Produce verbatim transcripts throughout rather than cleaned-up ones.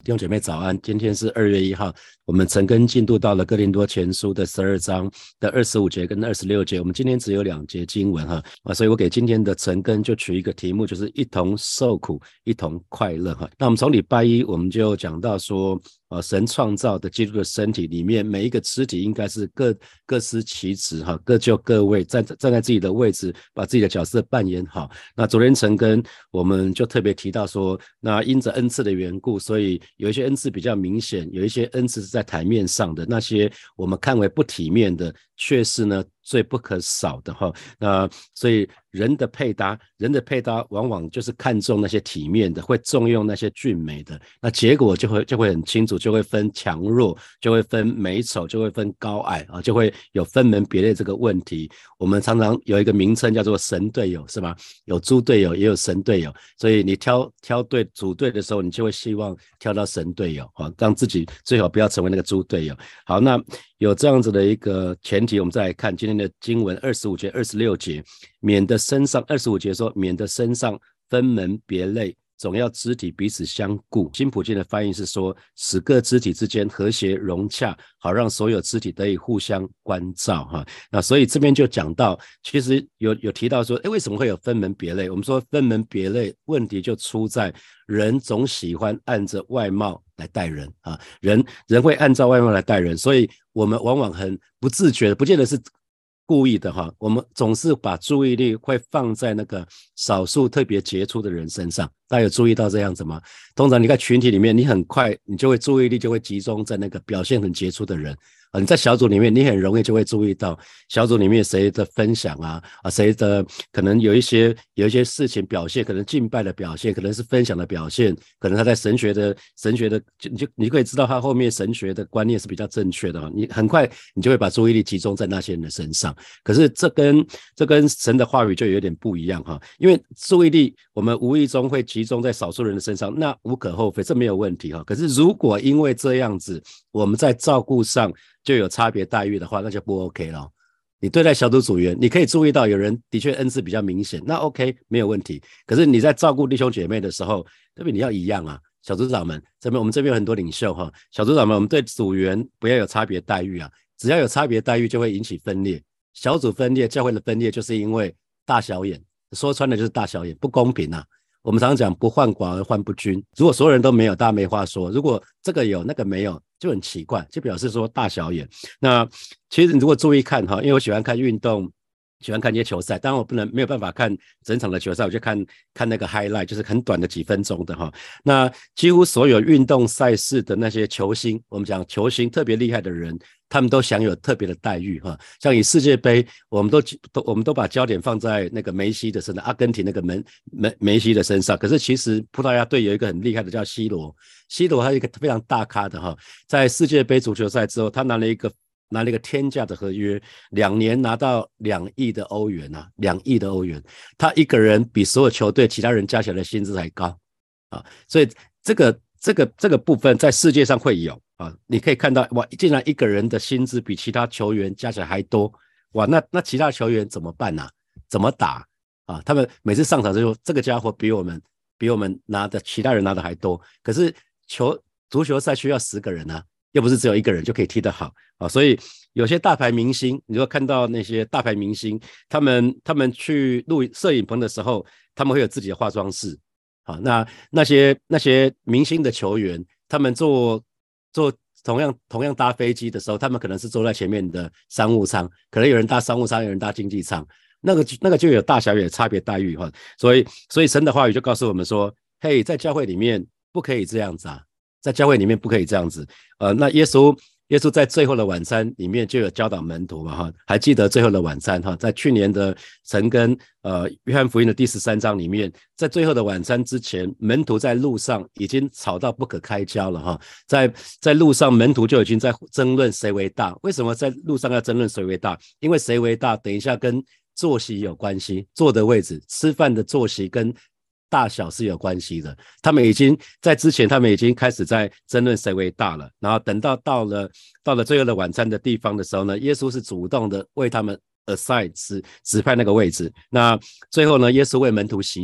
弟兄姐妹早安，今天是二月一号，我们陈根进度到了哥林多前书的十二章的二十五节跟二十六节，我们今天只有两节经文哈，啊，所以我给今天的陈根就取一个题目，就是一同受苦，一同快乐哈。那我们从礼拜一我们就讲到说，呃，神创造的基督的身体里面，每一个肢体应该是各各司其职哈，各就各位，站站在自己的位置，把自己的角色扮演好。那昨天陈根我们就特别提到说，那因着恩赐的缘故，所以有一些恩赐比较明显，有一些恩赐是在台面上的，那些我们看为不体面的，却是呢最不可少的哈。那所以人的配搭，人的配搭往往就是看重那些体面的，会重用那些俊美的，那结果就会就会很清楚，就会分强弱，就会分美丑，就会分高矮啊，就会有分门别类这个问题。我们常常有一个名称叫做神队友，是吗？有猪队友，也有神队友，所以你挑挑对组队的时候，你就会希望挑到神队友啊，让自己最好不要成为那个猪队友。好，那有这样子的一个前提，我们再来看今天的经文二十五节、二十六节，免得身上二十五节说，免得身上分门别类，总要肢体彼此相顾。新普京的翻译是说，使各肢体之间和谐融洽，好让所有肢体得以互相关照哈。那所以这边就讲到，其实有有提到说，诶，为什么会有分门别类？我们说分门别类，问题就出在人总喜欢按着外貌来待人啊，人人会按照外貌来待人，所以我们往往很不自觉的，不见得是故意的哈，我们总是把注意力会放在那个少数特别杰出的人身上。大家有注意到这样子吗？通常你在群体里面，你很快你就会注意力就会集中在那个表现很杰出的人啊。你在小组里面，你很容易就会注意到小组里面谁的分享啊啊，谁的可能有一些有一些事情表现，可能敬拜的表现，可能是分享的表现，可能他在神学的神学的，你就你可以知道他后面神学的观念是比较正确的，你很快你就会把注意力集中在那些人的身上。可是这跟这跟神的话语就有点不一样哈，因为注意力我们无意中会集中在少数人的身上，那无可厚非，这没有问题哈。可是如果因为这样子，我们在照顾上就有差别待遇的话，那就不 OK 了。你对待小组组员，你可以注意到有人的确恩赐比较明显，那 OK 没有问题。可是你在照顾弟兄姐妹的时候，对不对？你要一样啊。小组长们这边，我们这边有很多领袖哈，小组长们，我们对组员不要有差别待遇啊，只要有差别待遇就会引起分裂。小组分裂，教会的分裂就是因为大小眼，说穿了就是大小眼，不公平啊。我们常常讲不患寡而患不均，如果所有人都没有，大家没话说；如果这个有那个没有，就很奇怪，就表示说大小眼。那其实你如果注意看哈，因为我喜欢看运动，喜欢看一些球赛，当然我不能没有办法看整场的球赛，我就看看那个 highlight， 就是很短的几分钟的哈。那几乎所有运动赛事的那些球星，我们讲球星特别厉害的人，他们都享有特别的待遇哈。像以世界杯，我们都都我们都把焦点放在那个梅西的身上，阿根廷那个梅梅梅西的身上。可是其实葡萄牙队有一个很厉害的叫 C 罗， C 罗他是一个非常大咖的哈，在世界杯足球赛之后，他拿了一个拿了一个天价的合约，两年拿到两亿的欧元啊，两亿的欧元，他一个人比所有球队其他人加起来的薪资还高啊，所以这个这个这个部分在世界上会有啊，你可以看到哇，竟然一个人的薪资比其他球员加起来还多，哇，那那其他球员怎么办啊？怎么打啊？他们每次上场就说这个家伙比我们比我们拿的其他人拿的还多，可是球足球赛需要十个人啊。又不是只有一个人就可以踢得好啊，所以有些大牌明星，你如果看到那些大牌明星，他们他们去录摄影棚的时候，他们会有自己的化妆室啊。那那些那些明星的球员，他们坐坐同样同样搭飞机的时候，他们可能是坐在前面的商务舱，可能有人搭商务舱，有人搭经济舱，那个那个就有大小有差别待遇哈。所以所以神的话语就告诉我们说，嘿，在教会里面不可以这样子啊。在教会里面不可以这样子，呃，那耶稣耶稣在最后的晚餐里面就有教导门徒嘛，哈，还记得最后的晚餐哈，在去年的陈根呃约翰福音的第十三章里面，在最后的晚餐之前，门徒在路上已经吵到不可开交了哈，在在路上门徒就已经在争论谁为大，为什么在路上要争论谁为大？因为谁为大，等一下跟坐席有关系，坐的位置，吃饭的坐席跟大小是有关系的，他们已经在之前，他们已经开始在争论谁为大了。然后等到到了到了最后的晚餐的地方的时候呢，耶稣是主动的为他们 assign 指指派那个位置。那最后呢，耶稣为门徒洗脚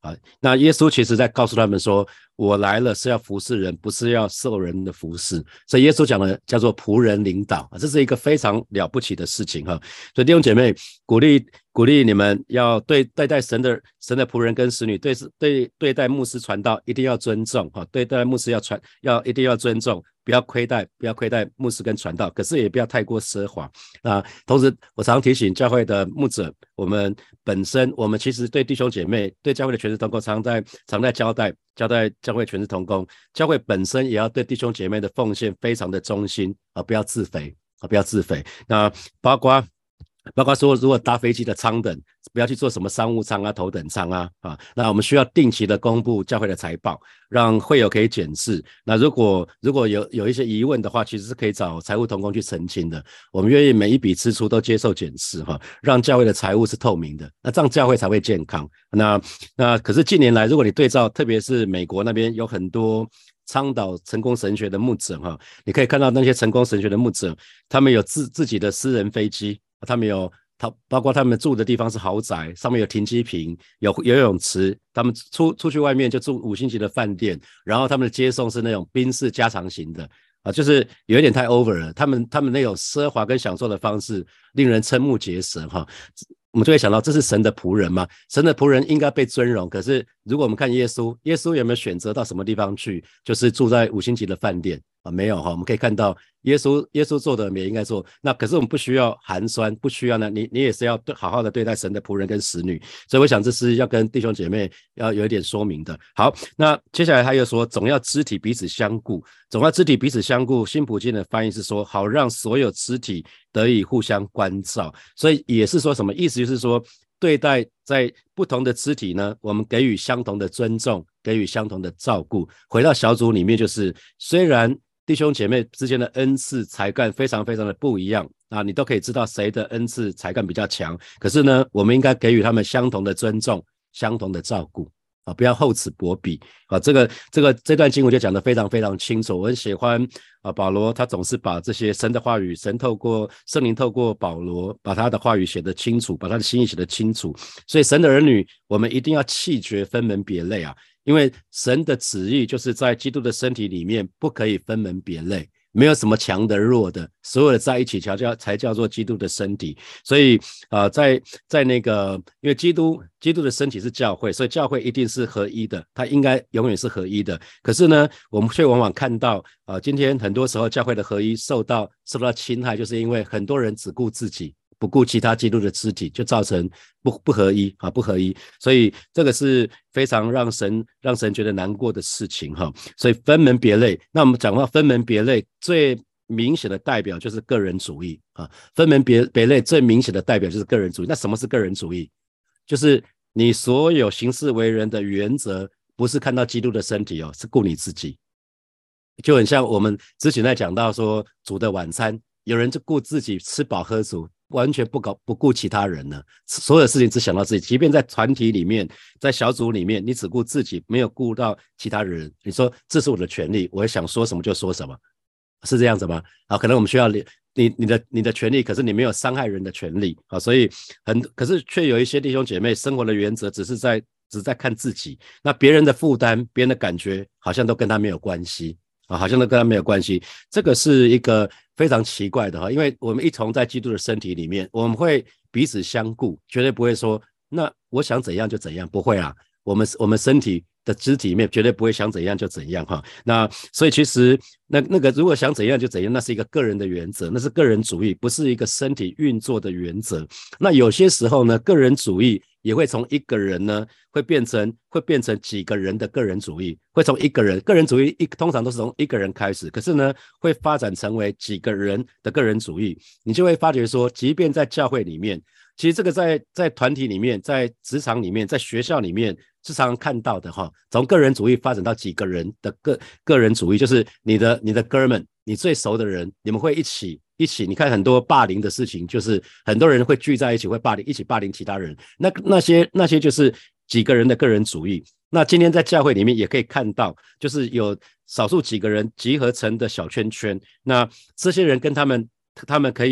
啊，那耶稣其实在告诉他们说，我来了是要服侍人，不是要受人的服侍。所以耶稣讲的叫做仆人领导，这是一个非常了不起的事情哈。所以弟兄姐妹，鼓励鼓励你们要对对待神的神的仆人跟使女，对对对待牧师传道一定要尊重哈，对待牧师要传要一定要尊重，不要亏待不要亏待牧师跟传道，可是也不要太过奢华啊。同时，我常提醒教会的牧者，我们本身我们其实对弟兄姐妹对教会的全职同工常在常在交代交代教会全职同工，教会本身也要对弟兄姐妹的奉献非常的忠心啊，不要自肥啊，不要自肥。那包括包括说，如果搭飞机的舱等，不要去做什么商务舱啊、头等舱啊啊。那我们需要定期的公布教会的财报，让会友可以检视。那如果如果有有一些疑问的话，其实是可以找财务同工去澄清的。我们愿意每一笔支出都接受检视哈，让教会的财务是透明的，那这样教会才会健康。那那可是近年来，如果你对照，特别是美国那边有很多倡导成功神学的牧者哈，你可以看到那些成功神学的牧者，他们有自自己的私人飞机。他们有，他包括他们住的地方是豪宅，上面有停机坪，有游泳池，他们出出去外面就住五星级的饭店，然后他们的接送是那种宾士加长型的啊，就是有一点太 over 了。他们他们那种奢华跟享受的方式，令人瞠目结舌哈。我们就会想到，这是神的仆人吗？神的仆人应该被尊荣。可是如果我们看耶稣，耶稣有没有选择到什么地方去？就是住在五星级的饭店啊？没有哈。我们可以看到耶稣耶稣做的我们也应该做。那可是我们不需要寒酸，不需要呢，你你也是要对好好的对待神的仆人跟使女。所以我想这是要跟弟兄姐妹要有一点说明的。好，那接下来他又说，总要肢体彼此相顾，总要肢体彼此相顾。新普京的翻译是说，好让所有肢体得以互相关照。所以也是说什么意思？就是说，对待在不同的肢体呢，我们给予相同的尊重，给予相同的照顾。回到小组里面，就是虽然弟兄姐妹之间的恩赐才干非常非常的不一样啊，你都可以知道谁的恩赐才干比较强，可是呢，我们应该给予他们相同的尊重，相同的照顾啊，不要厚此薄彼啊。这个这个这段经文就讲得非常非常清楚。我很喜欢啊，保罗他总是把这些神的话语，神透过圣灵透过保罗把他的话语写得清楚，把他的心意写得清楚。所以神的儿女，我们一定要弃绝分门别类啊，因为神的旨意就是在基督的身体里面不可以分门别类。没有什么强的弱的，所有的在一起才叫才叫做基督的身体。所以啊、呃，在在那个，因为基督基督的身体是教会，所以教会一定是合一的，它应该永远是合一的。可是呢，我们却往往看到啊、呃，今天很多时候教会的合一受到受到侵害，就是因为很多人只顾自己，不顾其他基督的肢体，就造成不不合一啊，不合一。所以这个是非常让神让神觉得难过的事情哈。所以分门别类，那我们讲到分门别类，最明显的代表就是个人主义啊。分门别别类最明显的代表就是个人主义。那什么是个人主义？就是你所有行事为人的原则，不是看到基督的身体哦，是顾你自己。就很像我们之前在讲到说主的晚餐，有人就顾自己吃饱喝足，完全不搞不顾其他人呢，所有事情只想到自己。即便在团体里面，在小组里面，你只顾自己，没有顾到其他人。你说这是我的权利，我想说什么就说什么，是这样子吗？啊，可能我们需要你你的你的权利，可是你没有伤害人的权利啊，所以很可是却有一些弟兄姐妹生活的原则只是在只是在看自己，那别人的负担、别人的感觉好像都跟他没有关系。啊，好像都跟他没有关系，这个是一个非常奇怪的哈，因为我们一同在基督的身体里面，我们会彼此相顾，绝对不会说那我想怎样就怎样，不会啊，我们我们身体的肢体里面绝对不会想怎样就怎样哈。那所以其实那那个如果想怎样就怎样，那是一个个人的原则，那是个人主义，不是一个身体运作的原则。那有些时候呢，个人主义也会从一个人呢，会变成会变成几个人的个人主义，会从一个人个人主义一通常都是从一个人开始，可是呢，会发展成为几个人的个人主义。你就会发觉说，即便在教会里面，其实这个在在团体里面，在职场里面，在学校里面是常常看到的哈。从个人主义发展到几个人的个个人主义，就是你的你的哥们，你最熟的人，你们会一起。一起，你看很多霸凌的事情，就是很多人会聚在一起，会霸凌，一起霸凌其他人。那那些那些就是几个人的个人主义。那今天在教会里面也可以看到，就是有少数几个人集合成的小圈圈。那这些人跟他们，他们可以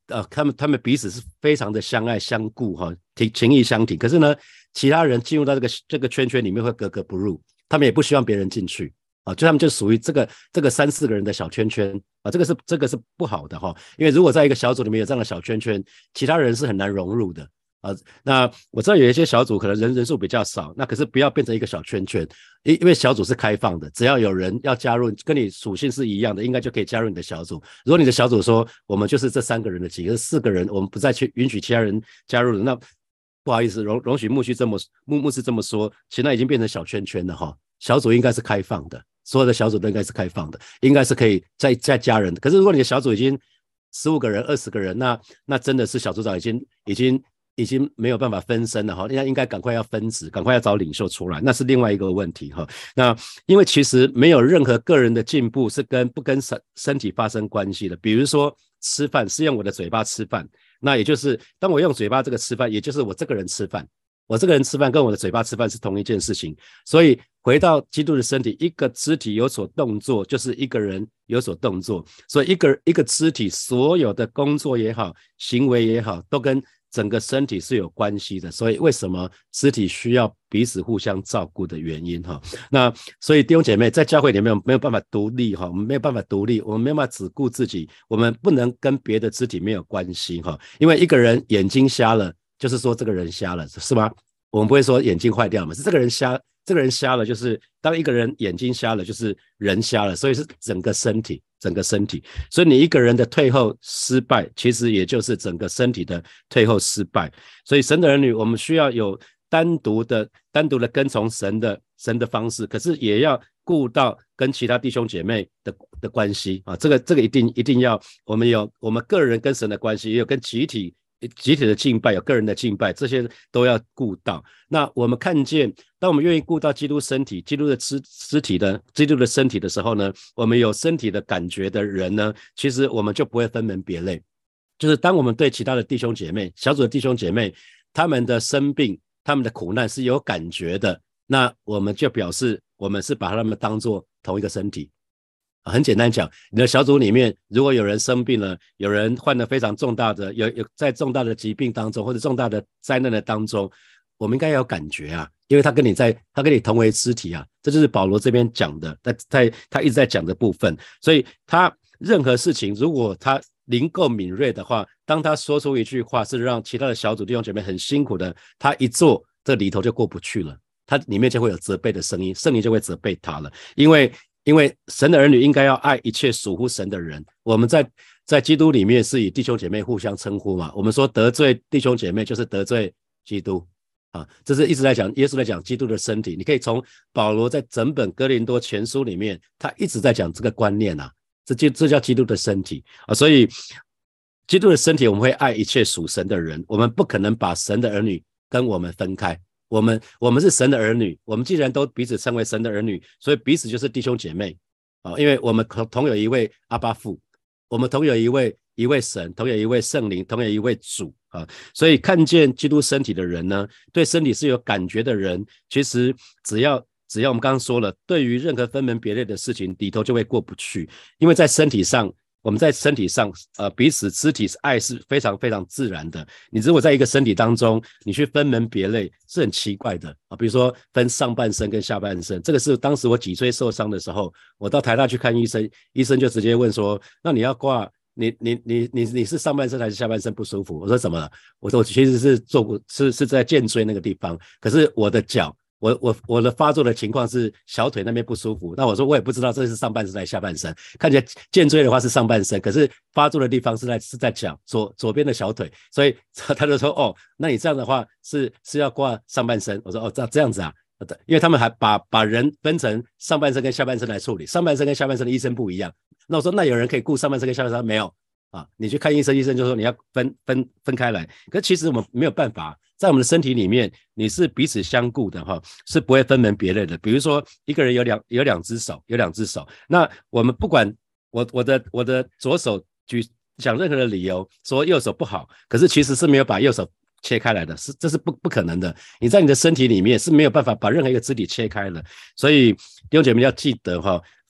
呃，他们他们彼此是非常的相爱相顾哈，情情义相挺。可是呢，其他人进入到这个这个圈圈里面会格格不入，他们也不希望别人进去啊，就他们就属于这个这个三四个人的小圈圈啊，这个是这个是不好的哈，因为如果在一个小组里面有这样的小圈圈，其他人是很难融入的。啊，那我知道有一些小组可能人人数比较少，那可是不要变成一个小圈圈，因因为小组是开放的，只要有人要加入，跟你属性是一样的，应该就可以加入你的小组。如果你的小组说我们就是这三个人的几个四个人，我们不再去允许其他人加入了，那不好意思，容容许牧师这么牧牧师这么说，其实那已经变成小圈圈了哈。小组应该是开放的，所有的小组都应该是开放的，应该是可以再再加人的。可是如果你的小组已经十五个人、二十个人，那那真的是小组长已经已经。已经没有办法分身了哈，那应该赶快要分职，赶快要找领袖出来，那是另外一个问题哈。那因为其实没有任何个人的进步是跟不跟身身体发生关系的。比如说吃饭是用我的嘴巴吃饭，那也就是当我用嘴巴这个吃饭，也就是我这个人吃饭，我这个人吃饭跟我的嘴巴吃饭是同一件事情。所以回到基督的身体，一个肢体有所动作，就是一个人有所动作。所以一个一个肢体所有的工作也好，行为也好，都跟整个身体是有关系的，所以为什么肢体需要彼此互相照顾的原因哈？那所以弟兄姐妹在教会里面没有办法独立哈，我们没有办法独立，我们没有办法只顾自己，我们不能跟别的肢体没有关系哈，因为一个人眼睛瞎了，就是说这个人瞎了，是吗？我们不会说眼睛坏掉嘛，是这个人瞎，这个人瞎了，就是当一个人眼睛瞎了，就是人瞎了，所以是整个身体。整个身体，所以你一个人的退后失败，其实也就是整个身体的退后失败。所以神的儿女，我们需要有单独的、单独的跟从神的神的方式，可是也要顾到跟其他弟兄姐妹的的关系啊。这个这个一定一定要，我们有我们个人跟神的关系，也有跟集体。集体的敬拜，有个人的敬拜，这些都要顾到。那我们看见，当我们愿意顾到基督身体、基督的肢肢体的、基督的身体的时候呢，我们有身体的感觉的人呢，其实我们就不会分门别类。就是当我们对其他的弟兄姐妹、小组的弟兄姐妹，他们的生病、他们的苦难是有感觉的，那我们就表示我们是把他们当作同一个身体。很简单讲，你的小组里面如果有人生病了，有人患了非常重大的有有在重大的疾病当中，或者重大的灾难的当中，我们应该要有感觉啊，因为他跟你在他跟你同为肢体啊，这就是保罗这边讲的，在在他一直在讲的部分。所以他任何事情如果他灵够敏锐的话，当他说出一句话是让其他的小组弟兄姐妹很辛苦的，他一做这里头就过不去了，他里面就会有责备的声音，圣灵就会责备他了。因为因为神的儿女应该要爱一切属乎神的人，我们在在基督里面是以弟兄姐妹互相称呼嘛，我们说得罪弟兄姐妹就是得罪基督啊，这是一直在讲耶稣在讲基督的身体。你可以从保罗在整本哥林多前书里面，他一直在讲这个观念啊，这就这叫基督的身体啊。所以基督的身体，我们会爱一切属神的人，我们不可能把神的儿女跟我们分开。我们我们是神的儿女，我们既然都彼此称为神的儿女，所以彼此就是弟兄姐妹啊，因为我们同有一位阿爸父，我们同有一位一位神，同有一位圣灵，同有一位主啊，所以看见基督身体的人呢，对身体是有感觉的人，其实只要只要我们刚刚说了，对于任何分门别类的事情里头就会过不去，因为在身体上。我们在身体上，呃，彼此肢体爱是非常非常自然的。你如果在一个身体当中，你去分门别类是很奇怪的啊。比如说分上半身跟下半身，这个是当时我脊椎受伤的时候，我到台大去看医生，医生就直接问说：“那你要挂你你你你你是上半身还是下半身不舒服？”我说：“怎么了？”我说：“我其实是坐过是是在肩椎那个地方，可是我的脚。”我我我的发作的情况是小腿那边不舒服，那我说我也不知道这是上半身还是下半身，看起来肩椎的话是上半身，可是发作的地方是在是在脚左左边的小腿，所以他就说哦，那你这样的话是是要挂上半身，我说哦这这样子啊，因为他们还把把人分成上半身跟下半身来处理，上半身跟下半身的医生不一样，那我说那有人可以顾上半身跟下半身没有啊？你去看医生，医生就说你要分分分开来，可是其实我们没有办法。在我们的身体里面，你是彼此相顾的哈，是不会分门别类的。比如说，一个人有两有两只手，有两只手，那我们不管我我的我的左手举讲任何的理由说右手不好，可是其实是没有把右手切开来的，是这是不不可能的。你在你的身体里面是没有办法把任何一个肢体切开的，所以弟兄姐妹要记得哈，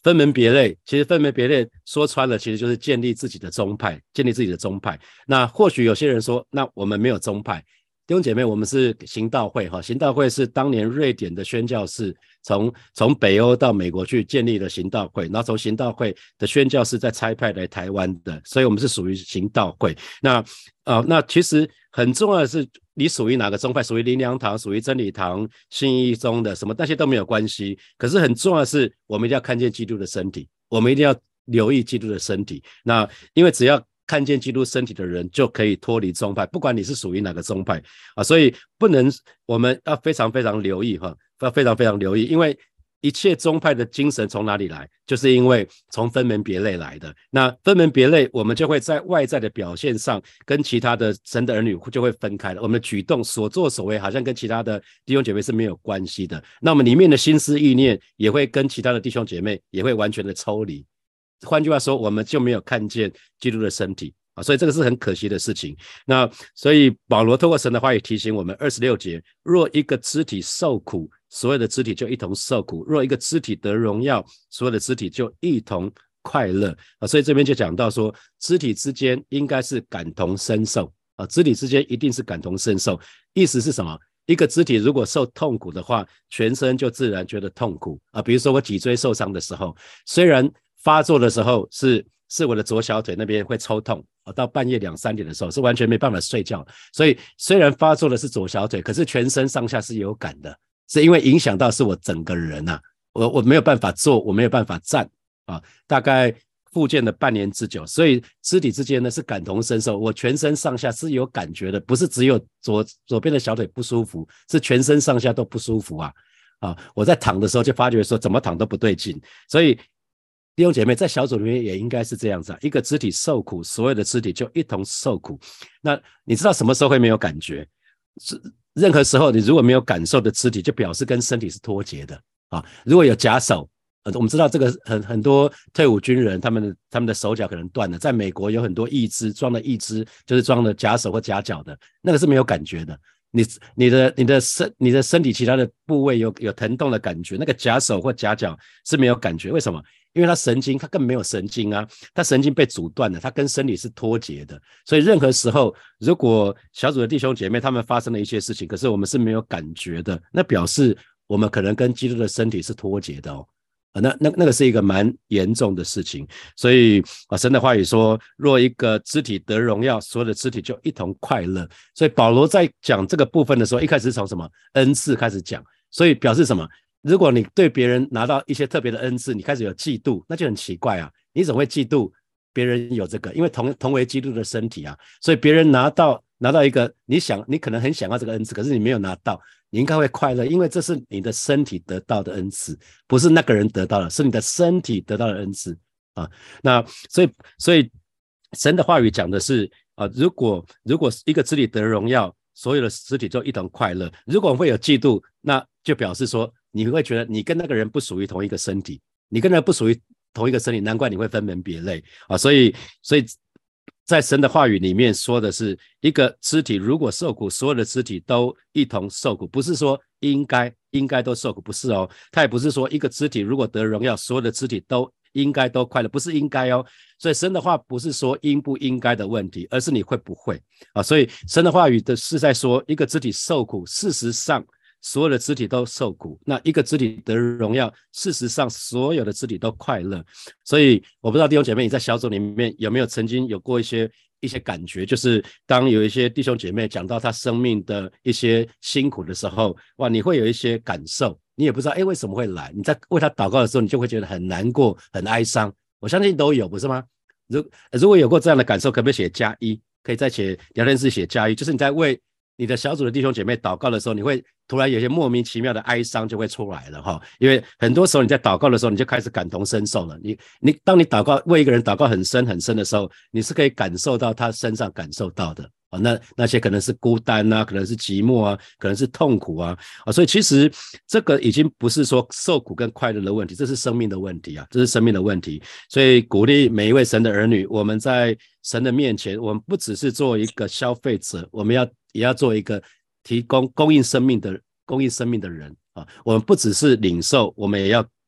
分门别类，其实分门别类说穿了，其实就是建立自己的宗派，建立自己的宗派。那或许有些人说，那我们没有宗派。弟兄姐妹，我们是行道会哈，行道会是当年瑞典的宣教士从从北欧到美国去建立了行道会，然后从行道会的宣教士再差派来台湾的，所以我们是属于行道会。那呃，那其实很重要的是，你属于哪个宗派，属于灵粮堂，属于真理堂、信义宗的什么那些都没有关系。可是很重要的是，我们一定要看见基督的身体，我们一定要留意基督的身体。那因为只要看见基督身体的人就可以脱离宗派，不管你是属于哪个宗派啊，所以不能，我们要非常非常留意哈，要非常非常留意，因为一切宗派的精神从哪里来？就是因为从分门别类来的。那分门别类，我们就会在外在的表现上跟其他的神的儿女就会分开了。我们的举动、所作所为，好像跟其他的弟兄姐妹是没有关系的。那我们里面的心思意念也会跟其他的弟兄姐妹也会完全的抽离。换句话说，我们就没有看见基督的身体啊，所以这个是很可惜的事情。那所以保罗透过神的话语提醒我们，二十六节，若一个肢体受苦，所有的肢体就一同受苦；若一个肢体得荣耀，所有的肢体就一同快乐啊。所以这边就讲到说，肢体之间应该是感同身受啊，肢体之间一定是感同身受。意思是什么？一个肢体如果受痛苦的话，全身就自然觉得痛苦啊。比如说我脊椎受伤的时候，虽然发作的时候是是我的左小腿那边会抽痛，到半夜两三点的时候是完全没办法睡觉，所以虽然发作的是左小腿，可是全身上下是有感的，是因为影响到是我整个人啊，我我没有办法坐，我没有办法站啊，大概复健了半年之久，所以肢体之间呢是感同身受，我全身上下是有感觉的，不是只有左左边的小腿不舒服，是全身上下都不舒服啊啊！我在躺的时候就发觉说怎么躺都不对劲，所以弟兄姐妹在小组里面也应该是这样子啊，一个肢体受苦，所有的肢体就一同受苦。那你知道什么时候会没有感觉？是任何时候你如果没有感受的肢体，就表示跟身体是脱节的啊。如果有假手，呃，我们知道这个很很多退伍军人，他们的他们的手脚可能断了，在美国有很多义肢装了义肢，就是装了假手或假脚的，那个是没有感觉的。你你的你的身你的身体其他的部位有有疼痛的感觉，那个假手或假脚是没有感觉，为什么？因为它神经它根本没有神经啊，它神经被阻断了，它跟生理是脱节的。所以任何时候，如果小组的弟兄姐妹他们发生了一些事情，可是我们是没有感觉的，那表示我们可能跟基督的身体是脱节的哦。啊、那那那个是一个蛮严重的事情，所以啊，神的话语说，若一个肢体得荣耀，所有的肢体就一同快乐。所以保罗在讲这个部分的时候，一开始是从什么恩赐开始讲，所以表示什么？如果你对别人拿到一些特别的恩赐，你开始有嫉妒，那就很奇怪啊！你怎么会嫉妒别人有这个？因为同同为基督的身体啊，所以别人拿到拿到一个你想你可能很想要这个恩赐，可是你没有拿到，你应该会快乐，因为这是你的身体得到的恩赐，不是那个人得到的，是你的身体得到的恩赐啊。那所以所以神的话语讲的是啊，如果如果一个肢体得荣耀，所有的肢体就一同快乐。如果会有嫉妒，那就表示说你会觉得你跟那个人不属于同一个身体，你跟那个不属于同一个身体，难怪你会分门别类啊。所以所以在神的话语里面说的是，一个肢体如果受苦，所有的肢体都一同受苦，不是说应该应该都受苦，不是哦。他也不是说一个肢体如果得荣耀，所有的肢体都应该都快乐，不是应该哦。所以神的话不是说应不应该的问题，而是你会不会啊。所以神的话语的是在说，一个肢体受苦，事实上所有的肢体都受苦，那一个肢体得荣耀，事实上所有的肢体都快乐。所以我不知道弟兄姐妹你在小组里面有没有曾经有过一些一些感觉，就是当有一些弟兄姐妹讲到他生命的一些辛苦的时候，哇，你会有一些感受，你也不知道诶为什么会来，你在为他祷告的时候，你就会觉得很难过很哀伤，我相信都有，不是吗？如如果有过这样的感受，可不可以写加一？可以在写聊天室写加一，就是你在为你的小组的弟兄姐妹祷告的时候，你会突然有些莫名其妙的哀伤就会出来了哈，因为很多时候你在祷告的时候，你就开始感同身受了。你你当你祷告为一个人祷告很深很深的时候，你是可以感受到他身上感受到的。啊、那那些可能是孤单啊，可能是寂寞啊，可能是痛苦啊，啊，所以其实这个已经不是说受苦跟快乐的问题，这是生命的问题啊，这是生命的问题。所以鼓励每一位神的儿女，我们在神的面前，我们不只是做一个消费者，我们要也要做一个提供供应生命的供应生命的人啊。我们不只是领受，我们也要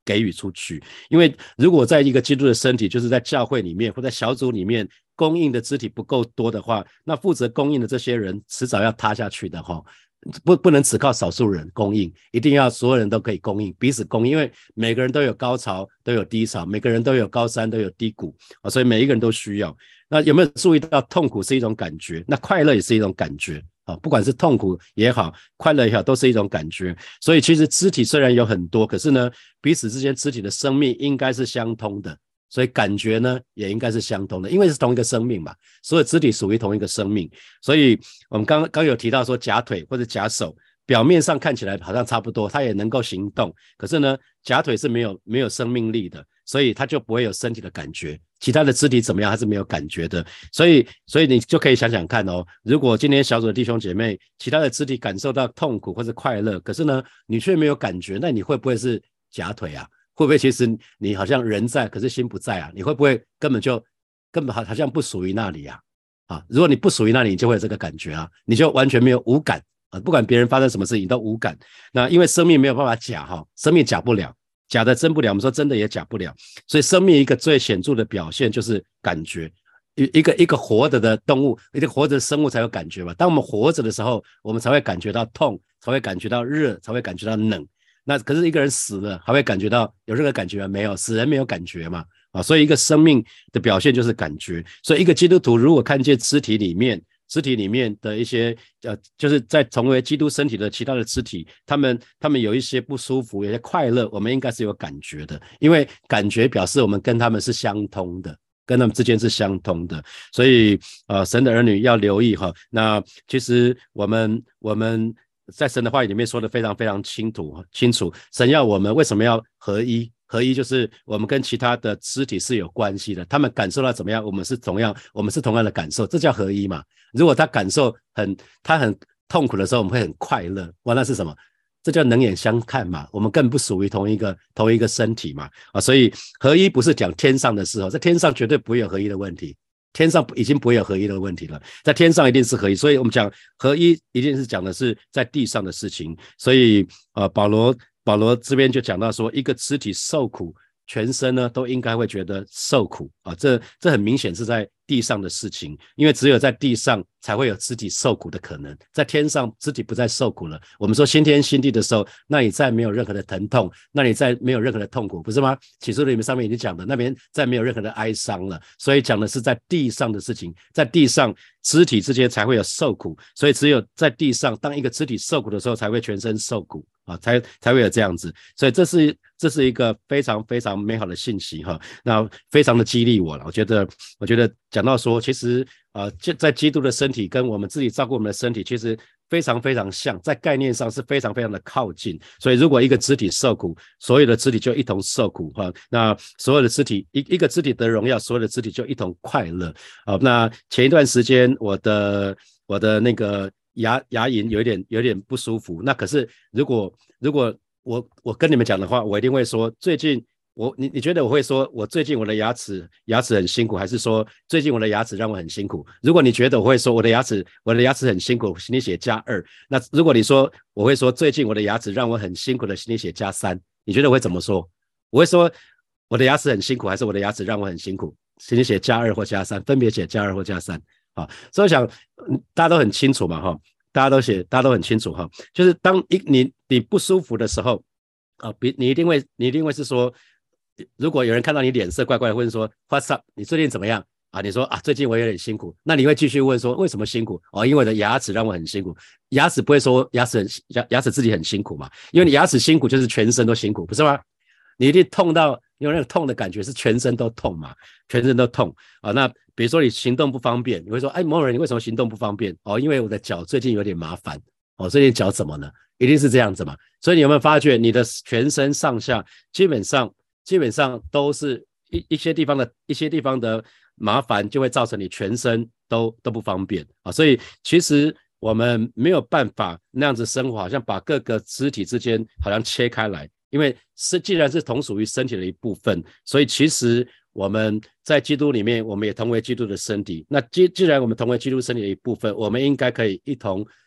给予出去。因为如果在一个基督的身体，就是在教会里面或在小组里面供应的肢体不够多的话，那负责供应的这些人迟早要塌下去的哈。不不能只靠少数人供应，一定要所有人都可以供应，彼此供应，因为每个人都有高潮，都有低潮，每个人都有高山，都有低谷，啊，所以每一个人都需要。那有没有注意到，痛苦是一种感觉，那快乐也是一种感觉啊，不管是痛苦也好，快乐也好，都是一种感觉。所以其实肢体虽然有很多，可是呢，彼此之间肢体的生命应该是相通的。所以感觉呢也应该是相通的，因为是同一个生命嘛，所有肢体属于同一个生命。所以我们刚刚有提到说假腿或者假手表面上看起来好像差不多，它也能够行动，可是呢假腿是没有没有生命力的，所以它就不会有身体的感觉，其他的肢体怎么样它是没有感觉的。所以所以你就可以想想看哦，如果今天小组的弟兄姐妹其他的肢体感受到痛苦或者快乐，可是呢你却没有感觉，那你会不会是假腿啊？会不会其实你好像人在可是心不在啊？你会不会根本就根本好像不属于那里啊？啊，如果你不属于那里，你就会有这个感觉啊，你就完全没有无感啊，不管别人发生什么事情都无感。那因为生命没有办法假哈，生命假不了，假的真不了，我们说真的也假不了，所以生命一个最显著的表现就是感觉。一个一个活着的动物，一个活着的生物才有感觉嘛。当我们活着的时候，我们才会感觉到痛，才会感觉到热，才会感觉到冷。那可是一个人死了还会感觉到有任何感觉吗？没有，死人没有感觉嘛，啊，所以一个生命的表现就是感觉。所以一个基督徒如果看见肢体里面肢体里面的一些呃，就是在成为基督身体的其他的肢体，他们他们有一些不舒服，有些快乐，我们应该是有感觉的，因为感觉表示我们跟他们是相通的，跟他们之间是相通的。所以呃，神的儿女要留意哈。那其实我们我们在神的话语里面说的非常非常清楚清楚，神要我们为什么要合一？合一就是我们跟其他的肢体是有关系的，他们感受到怎么样，我们是同样，我们是同样的感受，这叫合一嘛。如果他感受很他很痛苦的时候，我们会很快乐，哇，那是什么？这叫冷眼相看嘛，我们更不属于同一个同一个身体嘛。啊，所以合一不是讲天上的事哦，在天上绝对不会有合一的问题。天上已经不会有合一的问题了，在天上一定是合一，所以我们讲合一一定是讲的是在地上的事情。所以呃，保罗保罗这边就讲到说，一个肢体受苦，全身呢都应该会觉得受苦啊，这这很明显是在地上的事情，因为只有在地上才会有肢体受苦的可能，在天上肢体不再受苦了。我们说新天新地的时候，那里再没有任何的疼痛，那里再没有任何的痛苦，不是吗？启示录里面上面已经讲的，那边再没有任何的哀伤了，所以讲的是在地上的事情，在地上肢体之间才会有受苦，所以只有在地上，当一个肢体受苦的时候，才会全身受苦啊，才才会有这样子。所以这是这是一个非常非常美好的信息哈，那非常的激励我了。我觉得我觉得讲到说，其实呃，在基督的身体跟我们自己照顾我们的身体，其实非常非常像，在概念上是非常非常的靠近。所以如果一个肢体受苦，所有的肢体就一同受苦哈。那所有的肢体一一个肢体得荣耀，所有的肢体就一同快乐。好，那前一段时间我的我的那个牙牙龈有一点有一点不舒服，那可是如果如果我我跟你们讲的话，我一定会说最近。我你你觉得我会说我最近我的牙齿牙齿很辛苦，还是说最近我的牙齿让我很辛苦？如果你觉得我会说我的牙齿我的牙齿很辛苦，请你写加二。那如果你说我会说最近我的牙齿让我很辛苦的，请你写加三。你觉得我会怎么说？我会说我的牙齿很辛苦，还是我的牙齿让我很辛苦？请你写加二或加三，分别写加二或加三。好，所以我想大家都很清楚嘛哈，大家都写大家都很清楚哈，就是当一你你不舒服的时候啊，你一定会你一定会是说。如果有人看到你脸色怪怪的，问说 What's up？ 你最近怎么样啊？你说啊，最近我有点辛苦。那你会继续问说为什么辛苦？哦，因为我的牙齿让我很辛苦。牙齿不会说牙齿很牙牙齿自己很辛苦嘛？因为你牙齿辛苦就是全身都辛苦，不是吗？你一定痛到有那个痛的感觉是全身都痛嘛，全身都痛啊。那比如说你行动不方便，你会说哎，某人你为什么行动不方便？哦，因为我的脚最近有点麻烦。哦，最近脚怎么了？一定是这样子嘛。所以你有没有发觉你的全身上下基本上？基本上都是一一些地方的一些地方的麻烦，就会造成你全身都都不方便啊。所以其实我们没有办法那样子生活，好像把各个肢体之间好像切开来，因为是既然是同属于身体的一部分，所以其实我们在基督里面，我们也同为基督的身体。那既既然我们同为基督身体的一部分，我们应该可以一同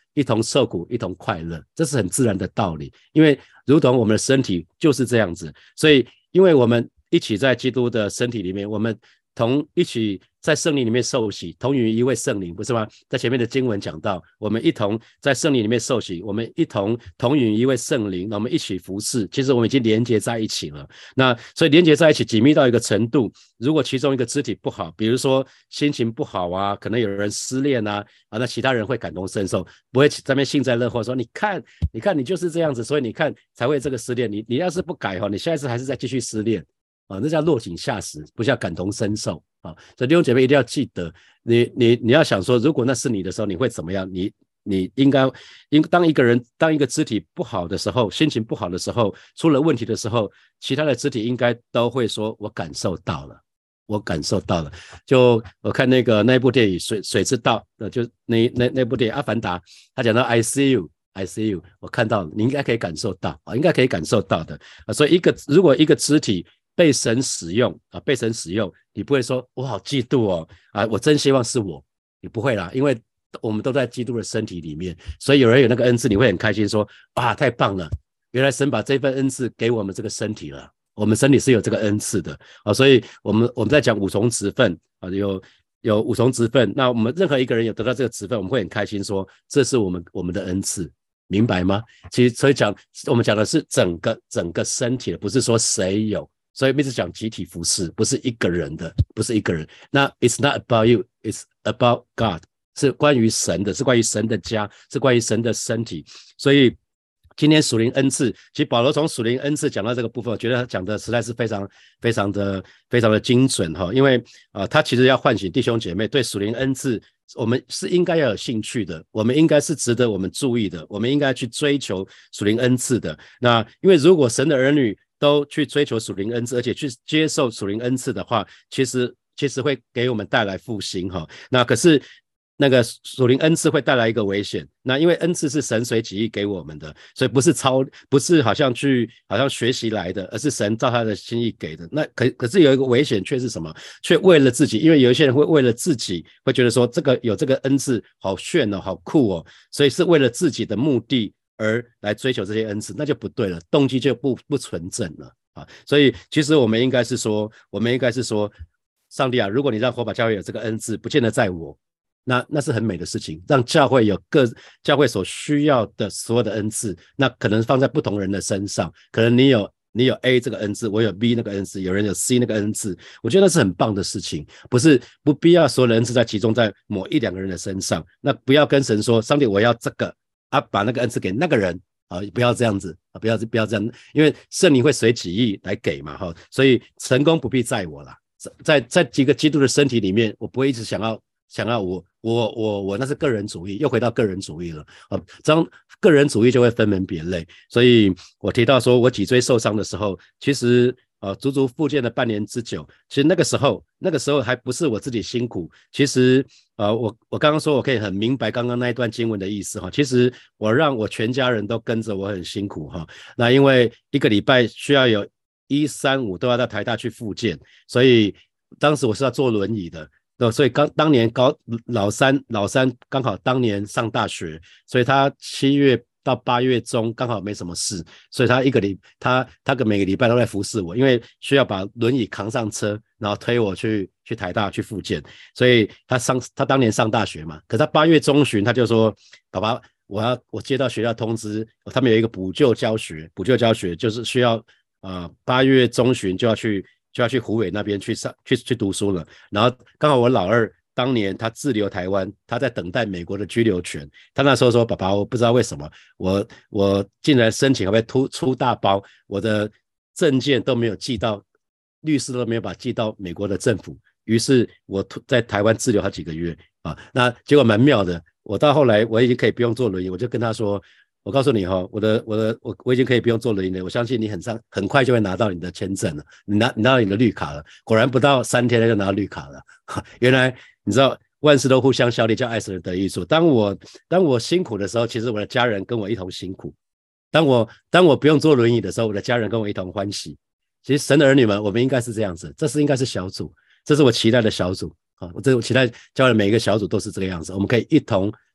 一同受苦，一同快乐，这是很自然的道理。因为如同我们的身体就是这样子，所以因为我们一起在基督的身体里面，我们同一起在圣灵里面受洗，同于一位圣灵，不是吗？在前面的经文讲到，我们一同在圣灵里面受洗，我们一同同于一位圣灵，那我们一起服侍，其实我们已经连接在一起了。那所以连接在一起，紧密到一个程度，如果其中一个肢体不好，比如说心情不好啊，可能有人失恋啊，啊，那其他人会感同身受，不会在那边幸灾乐祸说，你看，你看你就是这样子，所以你看才会这个失恋，你你要是不改哈，你下一次还是再继续失恋。啊，那叫落井下石，不叫感同身受啊！所以弟兄姐妹一定要记得，你你你要想说，如果那是你的时候，你会怎么样？你你应该，应当一个人当一个肢体不好的时候，心情不好的时候，出了问题的时候，其他的肢体应该都会说：“我感受到了，我感受到了。”就我看那个那一部电影《水水之道》，呃，就那那那部电影《阿凡达》，他讲到 I see you。I see you， 我看到了，你应该可以感受到啊，应该可以感受到的啊。所以一个如果一个肢体被神使用啊，被神使用，你不会说我好嫉妒哦啊，我真希望是我，你不会啦，因为我们都在基督的身体里面，所以有人有那个恩赐，你会很开心说啊，太棒了，原来神把这份恩赐给我们这个身体了，我们身体是有这个恩赐的啊，所以我们我们在讲五重职分啊，有有五重职分，那我们任何一个人有得到这个职分，我们会很开心说这是我们我们的恩赐。明白吗？其实所以讲我们讲的是整个整个身体的，不是说谁有，所以一直讲集体服事，不是一个人的，不是一个人。那 it's not about you, it's about God， 是关于神的，是关于神的家，是关于神的身体。所以今天属灵恩赐，其实保罗从属灵恩赐讲到这个部分，我觉得他讲的实在是非常非常的非常的精准哈，因为呃他其实要唤醒弟兄姐妹对属灵恩赐。我们是应该要有兴趣的，我们应该是值得我们注意的，我们应该去追求属灵恩赐的。那因为如果神的儿女都去追求属灵恩赐，而且去接受属灵恩赐的话，其实其实会给我们带来复兴哈。那可是那个属灵恩赐会带来一个危险，那因为恩赐是神随己意给我们的，所以不是超，不是好像去好像学习来的，而是神照他的心意给的。那可可是有一个危险却是什么？却为了自己，因为有一些人会为了自己，会觉得说这个有这个恩赐好炫哦，好酷哦，所以是为了自己的目的而来追求这些恩赐，那就不对了，动机就不不纯正了啊。所以其实我们应该是说，我们应该是说，上帝啊，如果你让火把教会有这个恩赐，不见得在我。那那是很美的事情，让教会有各教会所需要的所有的恩赐，那可能放在不同人的身上，可能你有你有 A 这个恩赐，我有 B 那个恩赐，有人有 C 那个恩赐，我觉得那是很棒的事情，不是不必要所有的恩赐在集中在某一两个人的身上，那不要跟神说，上帝我要这个啊，把那个恩赐给那个人啊，不要这样子啊，不要不要这样，因为圣灵会随己意来给嘛哈，所以成功不必在我啦，在在几个基督的身体里面，我不会一直想要。想要我我我我那是个人主义，又回到个人主义了啊！这样个人主义就会分门别类，所以我提到说我脊椎受伤的时候，其实呃足足复健了半年之久。其实那个时候那个时候还不是我自己辛苦，其实呃我我刚刚说我可以很明白刚刚那一段经文的意思哈。其实我让我全家人都跟着我很辛苦哈。那因为一个礼拜需要有一三五都要到台大去复健，所以当时我是要坐轮椅的。所以刚当年高老三老三刚好当年上大学，所以他七月到八月中刚好没什么事，所以他一个礼他他个每个礼拜都在服侍我，因为需要把轮椅扛上车，然后推我去去台大去复健，所以他上他当年上大学嘛，可是他八月中旬他就说，爸爸我要我接到学校通知，他们有一个补救教学，补救教学就是需要呃八月中旬就要去。就要去虎尾那边去上去去读书了，然后刚好我老二当年他滞留台湾，他在等待美国的居留权。他那时候说：“爸爸，我不知道为什么我我进来申请，会不会出出大包？我的证件都没有寄到，律师都没有把寄到美国的政府。于是我在台湾滞留好几个月啊。那结果蛮妙的，我到后来我已经可以不用坐轮椅，我就跟他说。”我告诉你哈，我的我的我我已经可以不用做轮椅了，我相信你很上很快就会拿到你的签证了，你拿你拿到你的绿卡了。果然不到三天就拿到绿卡了。原来你知道万事都互相效力，叫爱神得益处。当我当我辛苦的时候，其实我的家人跟我一同辛苦；当我当我不用坐轮椅的时候，我的家人跟我一同欢喜。其实神的儿女们，我们应该是这样子，这是应该是小组，这是我期待的小组啊！我这我期待教的每一个小组都是这个样子，我们可以一同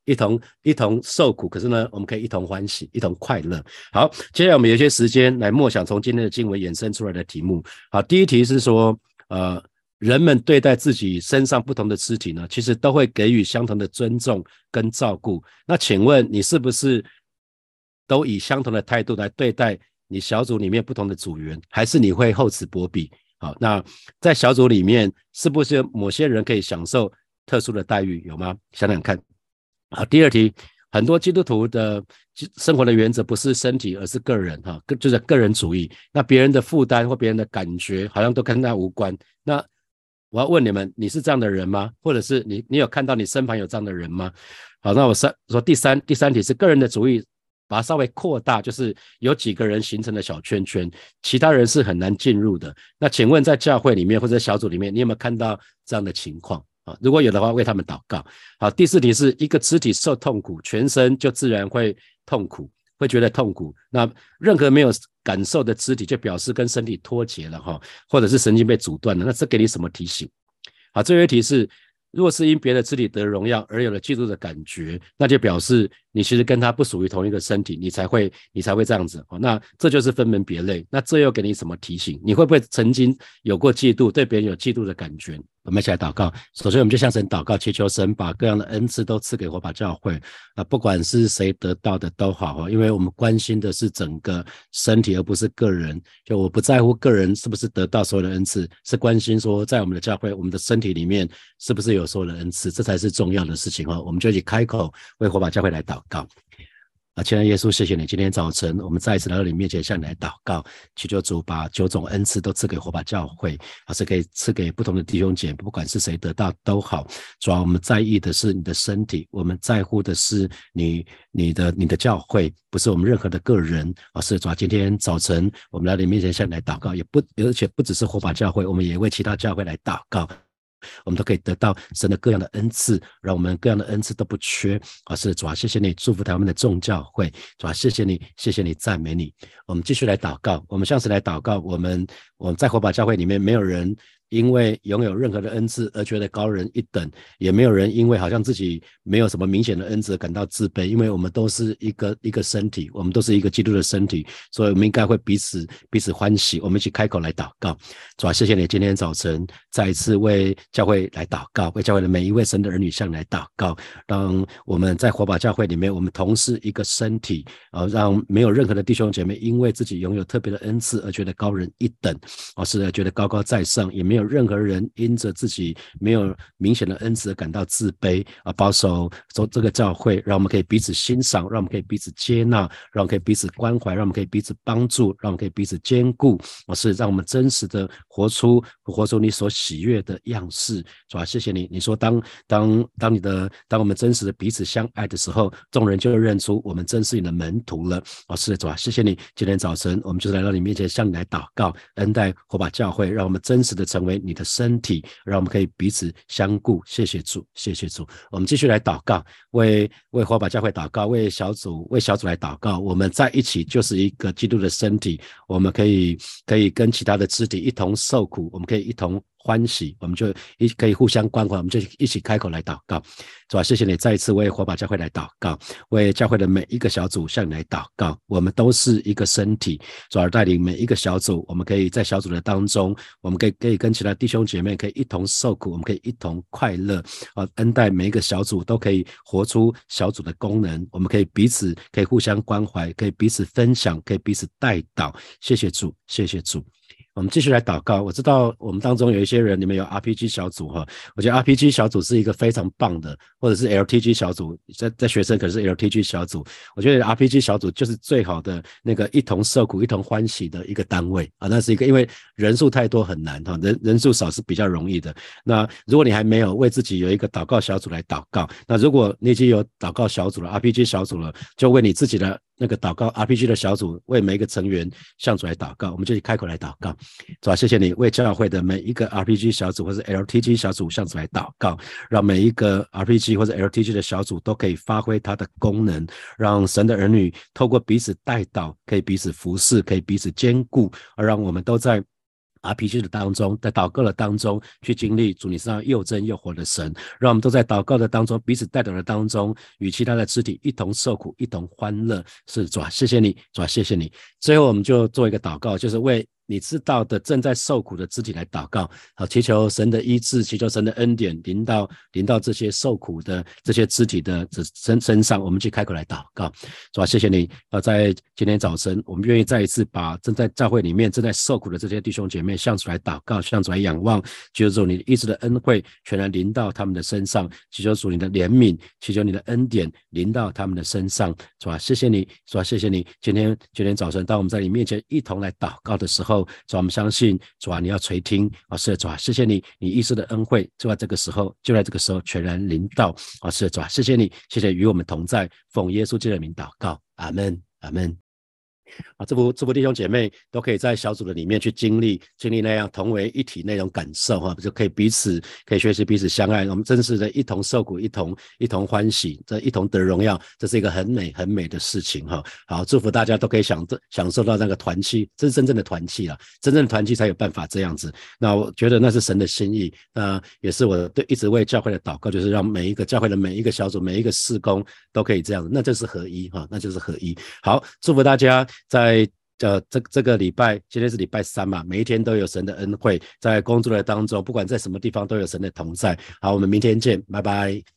一同一同受苦，可是呢，我们可以一同欢喜，一同快乐。好，接下来我们有一些时间来默想从今天的经文衍生出来的题目。好，第一题是说，呃，人们对待自己身上不同的肢体呢，其实都会给予相同的尊重跟照顾。那请问你是不是都以相同的态度来对待你小组里面不同的组员，还是你会厚此薄彼？好，那在小组里面，是不是某些人可以享受特殊的待遇？有吗？想想看。好，第二题，很多基督徒的生活的原则不是身体，而是个人，哈，就是个人主义。那别人的负担或别人的感觉，好像都跟他无关。那我要问你们，你是这样的人吗？或者是你你有看到你身旁有这样的人吗？好，那我说第三第三题是个人的主义，把它稍微扩大，就是有几个人形成的小圈圈，其他人是很难进入的。那请问在教会里面或者小组里面，你有没有看到这样的情况？啊，如果有的话，为他们祷告。好，第四题是一个肢体受痛苦，全身就自然会痛苦，会觉得痛苦。那任何没有感受的肢体，就表示跟身体脱节了哈，或者是神经被阻断了。那这给你什么提醒？好，最后一题是，如果是因别的肢体得荣耀而有了嫉妒的感觉，那就表示你其实跟他不属于同一个身体，你才会你才会这样子。那这就是分门别类。那这又给你什么提醒？你会不会曾经有过嫉妒，对别人有嫉妒的感觉？我们一起来祷告。首先我们就向神祷告，祈求神把各样的恩赐都赐给火把教会，啊，不管是谁得到的都好，因为我们关心的是整个身体而不是个人。就我不在乎个人是不是得到所有的恩赐，是关心说在我们的教会我们的身体里面是不是有所有的恩赐，这才是重要的事情。我们就一起开口为火把教会来祷告。啊，亲爱的耶稣，谢谢你，今天早晨我们再一次来到你面前向你来祷告，祈求主把九种恩赐都赐给火把教会，啊，是可以赐给不同的弟兄姐妹，不管是谁得到都好。主要我们在意的是你的身体，我们在乎的是你你的你的教会，不是我们任何的个人。啊，是主要今天早晨我们来到你面前向你来祷告，也不而且不只是火把教会，我们也为其他教会来祷告。我们都可以得到神的各样的恩赐，让我们各样的恩赐都不缺。啊，是主啊，谢谢你祝福台湾的众教会，主啊，谢谢你，谢谢你，赞美你。我们继续来祷告，我们向神来祷告。我们我们在火把教会里面，没有人因为拥有任何的恩赐而觉得高人一等，也没有人因为好像自己没有什么明显的恩赐感到自卑，因为我们都是一个一个身体，我们都是一个基督的身体，所以我们应该会彼此彼此欢喜。我们一起开口来祷告。主啊，谢谢你今天早晨再一次为教会来祷告，为教会的每一位神的儿女向你来祷告，让我们在火把教会里面，我们同是一个身体，呃，让没有任何的弟兄姐妹因为自己拥有特别的恩赐而觉得高人一等，而是觉得高高在上，也没有任何人因着自己没有明显的恩赐而感到自卑。啊，保守走这个教会，让我们可以彼此欣赏，让我们可以彼此接纳，让我们可以彼此关怀，让我们可以彼此帮助，让我们可以彼此兼顾，而是让我们真实的活出活出你所喜悦的样式。主啊，谢谢你，你说当当当你的当我们真实的彼此相爱的时候，众人就认出我们真是你的门徒了。哦，是的，主啊，谢谢你，今天早晨我们就是来到你面前向你来祷告，恩待火把教会，让我们真实的成为你的身体，让我们可以彼此相顾。谢谢主，谢谢主。我们继续来祷告，为为火把教会祷告，为小组为小组来祷告。我们在一起就是一个基督的身体，我们可以可以跟其他的肢体一同受苦，我们可以一同欢喜，我们就一可以互相关怀，我们就一起开口来祷告。主啊，谢谢你再一次为火把教会来祷告，为教会的每一个小组向你来祷告。我们都是一个身体，主啊，带领每一个小组，我们可以在小组的当中，我们可以可以跟其他弟兄姐妹可以一同受苦，我们可以一同快乐。啊，恩待每一个小组都可以活出小组的功能，我们可以彼此可以互相关怀，可以彼此分享，可以彼此带导。谢谢主，谢谢主。我们继续来祷告。我知道我们当中有一些人，你们有 R P G 小组哈，我觉得 R P G 小组是一个非常棒的，或者是 L T G 小组，在在学生可能是 L T G 小组，我觉得 R P G 小组就是最好的那个一同受苦、一同欢喜的一个单位啊。那是一个，因为人数太多很难哈，人人数少是比较容易的。那如果你还没有为自己有一个祷告小组来祷告，那如果你已经有祷告小组了 ，R P G 小组了，就为你自己的那个祷告 R P G 的小组，为每一个成员向主来祷告，我们就开口来祷告。主啊，谢谢你为教会的每一个 R P G 小组或是 L T G 小组向主来祷告，让每一个 R P G 或者 L T G 的小组都可以发挥它的功能，让神的儿女透过彼此带导，可以彼此服侍，可以彼此兼顾，而让我们都在 R P G 的当中，在祷告的当中去经历主你身上又真又活的神，让我们都在祷告的当中，彼此代祷的当中，与其他的肢体一同受苦，一同欢乐。是主啊，谢谢你，主啊，谢谢你。最后我们就做一个祷告，就是为你知道的正在受苦的肢体来祷告，好，祈求神的医治，祈求神的恩典临到临到这些受苦的这些肢体的身身上，我们去开口来祷告。主啊，谢谢你，呃，在今天早晨，我们愿意再一次把正在教会里面正在受苦的这些弟兄姐妹向主来祷告，向主来仰望，祈求主你医治的恩惠全然临到他们的身上，祈求主你的怜悯，祈求你的恩典临到他们的身上。主啊，谢谢你，主啊，谢谢你，今天今天早晨，当我们在你面前一同来祷告的时候，主啊，我们相信主啊，你要垂听啊，是的主啊，谢谢你，你医治的恩惠就在这个时候，就在这个时候全然临到啊，是的主啊，谢谢你，谢谢与我们同在，奉耶稣基督的名祷告，阿们，阿们。啊，这部这部弟兄姐妹都可以在小组的里面去经历经历那样同为一体那种感受哈，就可以彼此可以学习彼此相爱，我们真是的一同受苦，一同一同欢喜，这一同得荣耀，这是一个很美很美的事情哈。好，祝福大家都可以享享受到那个团契，这是真正的团契啦，真正的团契才有办法这样子。那我觉得那是神的心意，那也是我对一直为教会的祷告，就是让每一个教会的每一个小组每一个事工都可以这样，那就是合一哈，那就是合一。好，祝福大家。在呃这这个礼拜，今天是礼拜三嘛，每一天都有神的恩惠，在工作的当中，不管在什么地方都有神的同在。好，我们明天见，拜拜。